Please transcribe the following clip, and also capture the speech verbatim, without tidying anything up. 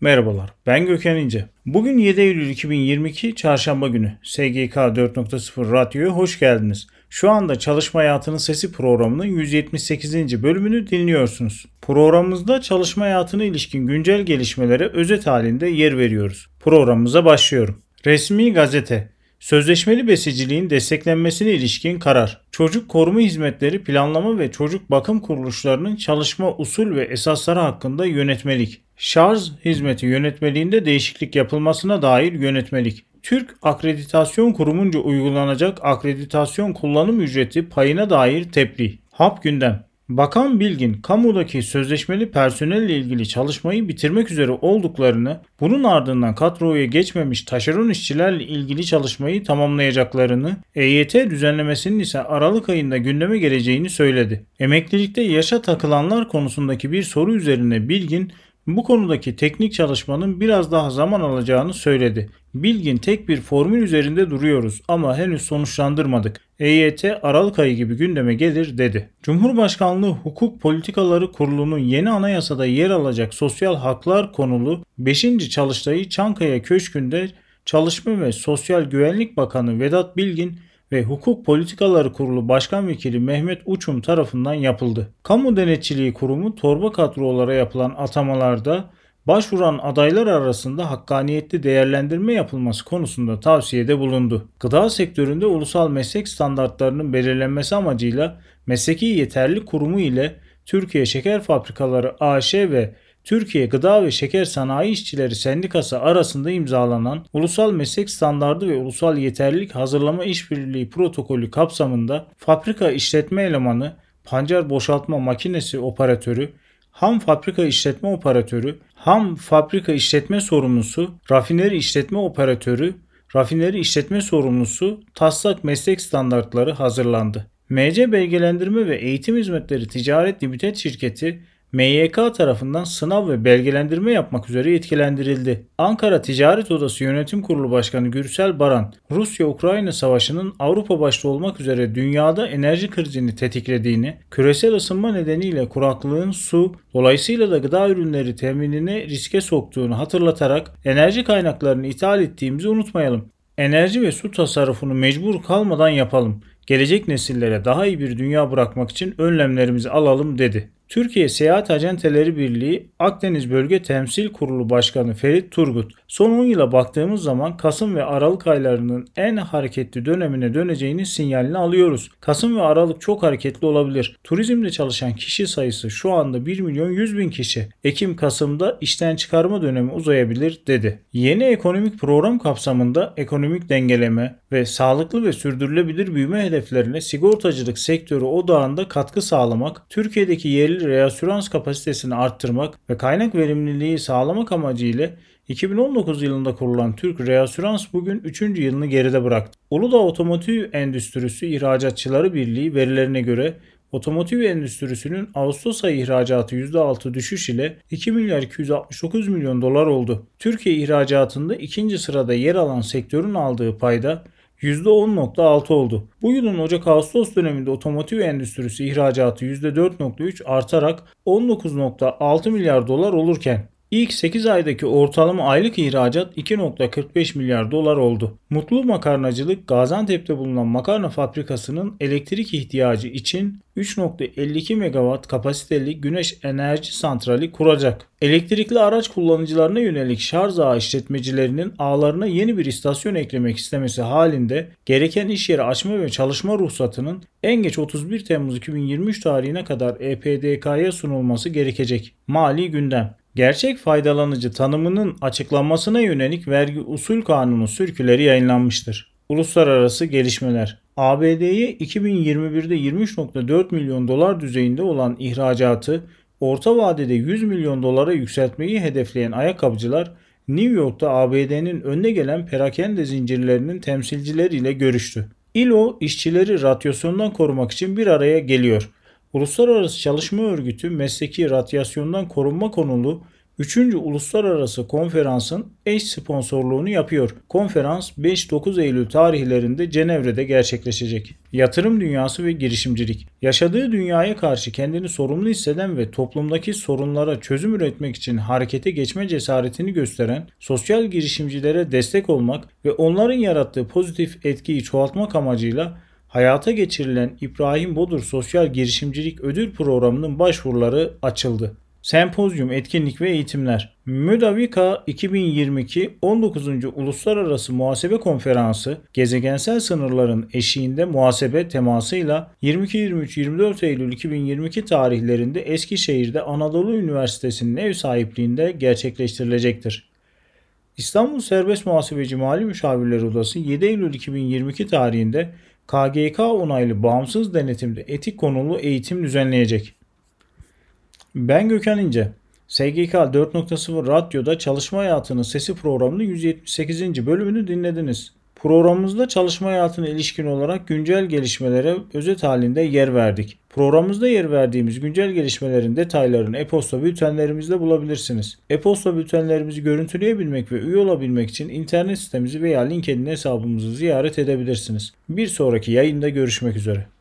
Merhabalar, ben Gökhan İnce. Bugün yedi Eylül iki bin yirmi iki Çarşamba günü. S G K dört nokta sıfır Radyo'ya hoş geldiniz. Şu anda Çalışma Hayatının Sesi programının yüz yetmiş sekizinci bölümünü dinliyorsunuz. Programımızda çalışma hayatına ilişkin güncel gelişmelere özet halinde yer veriyoruz. Programımıza başlıyorum. Resmi gazete. Sözleşmeli besiciliğin desteklenmesine ilişkin karar. Çocuk koruma hizmetleri planlama ve çocuk bakım kuruluşlarının çalışma usul ve esasları hakkında yönetmelik. Şarj hizmeti yönetmeliğinde değişiklik yapılmasına dair yönetmelik. Türk Akreditasyon Kurumunca uygulanacak akreditasyon kullanım ücreti payına dair tebliğ. Hap gündem. Bakan Bilgin, kamudaki sözleşmeli personelle ilgili çalışmayı bitirmek üzere olduklarını, bunun ardından kadroya geçmemiş taşeron işçilerle ilgili çalışmayı tamamlayacaklarını, E Y T düzenlemesinin ise Aralık ayında gündeme geleceğini söyledi. Emeklilikte yaşa takılanlar konusundaki bir soru üzerine Bilgin, bu konudaki teknik çalışmanın biraz daha zaman alacağını söyledi. Bilgin tek bir formül üzerinde duruyoruz ama henüz sonuçlandırmadık. E Y T Aralık ayı gibi gündeme gelir dedi. Cumhurbaşkanlığı Hukuk Politikaları Kurulu'nun yeni anayasada yer alacak sosyal haklar konulu beşinci çalıştayı Çankaya Köşkü'nde Çalışma ve Sosyal Güvenlik Bakanı Vedat Bilgin ve Hukuk Politikaları Kurulu Başkan Vekili Mehmet Uçum tarafından yapıldı. Kamu Denetçiliği Kurumu torba kadrolara yapılan atamalarda başvuran adaylar arasında hakkaniyetli değerlendirme yapılması konusunda tavsiyede bulundu. Gıda sektöründe ulusal meslek standartlarının belirlenmesi amacıyla Mesleki Yeterlilik Kurumu ile Türkiye Şeker Fabrikaları A Ş ve Türkiye Gıda ve Şeker Sanayi İşçileri Sendikası arasında imzalanan Ulusal Meslek Standardı ve Ulusal Yeterlilik Hazırlama İşbirliği Protokolü kapsamında fabrika işletme elemanı, pancar boşaltma makinesi operatörü, ham fabrika işletme operatörü, ham fabrika işletme sorumlusu, rafineri işletme operatörü, rafineri işletme sorumlusu taslak meslek standartları hazırlandı. M C Belgelendirme ve Eğitim Hizmetleri Ticaret Limited Şirketi M Y K tarafından sınav ve belgelendirme yapmak üzere yetkilendirildi. Ankara Ticaret Odası Yönetim Kurulu Başkanı Gürsel Baran, Rusya-Ukrayna Savaşı'nın Avrupa başta olmak üzere dünyada enerji krizini tetiklediğini, küresel ısınma nedeniyle kuraklığın su, dolayısıyla da gıda ürünleri teminini riske soktuğunu hatırlatarak enerji kaynaklarını ithal ettiğimizi unutmayalım. Enerji ve su tasarrufunu mecbur kalmadan yapalım. Gelecek nesillere daha iyi bir dünya bırakmak için önlemlerimizi alalım dedi. Türkiye Seyahat Acenteleri Birliği Akdeniz Bölge Temsil Kurulu Başkanı Ferit Turgut, son on yıla baktığımız zaman Kasım ve Aralık aylarının en hareketli dönemine döneceğinin sinyalini alıyoruz. Kasım ve Aralık çok hareketli olabilir. Turizmde çalışan kişi sayısı şu anda bir milyon yüz bin kişi. Ekim-Kasım'da işten çıkarma dönemi uzayabilir dedi. Yeni ekonomik program kapsamında ekonomik dengeleme ve sağlıklı ve sürdürülebilir büyüme hedeflerine sigortacılık sektörü odağında katkı sağlamak, Türkiye'deki yerli reasürans kapasitesini arttırmak ve kaynak verimliliği sağlamak amacıyla iki bin on dokuz yılında kurulan Türk Reasürans bugün üçüncü yılını geride bıraktı. Uludağ Otomotiv Endüstrisi İhracatçıları Birliği verilerine göre otomotiv endüstrisinin Ağustos ayı ihracatı yüzde altı düşüş ile iki milyar iki yüz altmış dokuz milyon dolar oldu. Türkiye ihracatında ikinci sırada yer alan sektörün aldığı payda yüzde on nokta altı oldu. Bu yılın Ocak-Ağustos döneminde otomotiv endüstrisi ihracatı yüzde dört nokta üç artarak on dokuz nokta altı milyar dolar olurken ilk sekiz aydaki ortalama aylık ihracat iki nokta kırk beş milyar dolar oldu. Mutlu Makarnacılık Gaziantep'te bulunan makarna fabrikasının elektrik ihtiyacı için üç nokta elli iki megawatt kapasiteli güneş enerji santrali kuracak. Elektrikli araç kullanıcılarına yönelik şarj ağı işletmecilerinin ağlarına yeni bir istasyon eklemek istemesi halinde gereken iş yeri açma ve çalışma ruhsatının en geç otuz bir Temmuz iki bin yirmi üç tarihine kadar E P D K'ya sunulması gerekecek. Mali gündem. Gerçek faydalanıcı tanımının açıklanmasına yönelik vergi usul kanunu sürküleri yayınlanmıştır. Uluslararası gelişmeler. A B D'ye iki bin yirmi birde yirmi üç nokta dört milyon dolar düzeyinde olan ihracatı orta vadede yüz milyon dolara yükseltmeyi hedefleyen ayakkabıcılar New York'ta A B D'nin önde gelen perakende zincirlerinin temsilcileriyle görüştü. İ L O işçileri radyasyondan korumak için bir araya geliyor. Uluslararası Çalışma Örgütü mesleki radyasyondan korunma konulu üçüncü. Uluslararası konferansın eş sponsorluğunu yapıyor. Konferans beş dokuz Eylül tarihlerinde Cenevre'de gerçekleşecek. Yatırım dünyası ve girişimcilik. Yaşadığı dünyaya karşı kendini sorumlu hisseden ve toplumdaki sorunlara çözüm üretmek için harekete geçme cesaretini gösteren sosyal girişimcilere destek olmak ve onların yarattığı pozitif etkiyi çoğaltmak amacıyla hayata geçirilen İbrahim Bodur Sosyal Girişimcilik Ödül Programı'nın başvuruları açıldı. Sempozyum, etkinlik ve eğitimler. Müdavika iki bin yirmi iki on dokuzuncu. Uluslararası Muhasebe Konferansı, gezegensel sınırların eşiğinde muhasebe temasıyla yirmi iki yirmi üç yirmi dört Eylül iki bin yirmi iki tarihlerinde Eskişehir'de Anadolu Üniversitesi'nin ev sahipliğinde gerçekleştirilecektir. İstanbul Serbest Muhasebeci Mali Müşavirleri Odası yedi Eylül iki bin yirmi iki tarihinde K G K onaylı bağımsız denetimde etik konulu eğitim düzenleyecek. Ben Gökhan İnce. S G K dört nokta sıfır Radyo'da Çalışma Hayatının Sesi programının yüz yetmiş sekizinci bölümünü dinlediniz. Programımızda çalışma hayatına ilişkin olarak güncel gelişmelere özet halinde yer verdik. Programımızda yer verdiğimiz güncel gelişmelerin detaylarını e-posta bültenlerimizde bulabilirsiniz. E-posta bültenlerimizi görüntüleyebilmek ve üye olabilmek için internet sitemizi veya LinkedIn hesabımızı ziyaret edebilirsiniz. Bir sonraki yayında görüşmek üzere.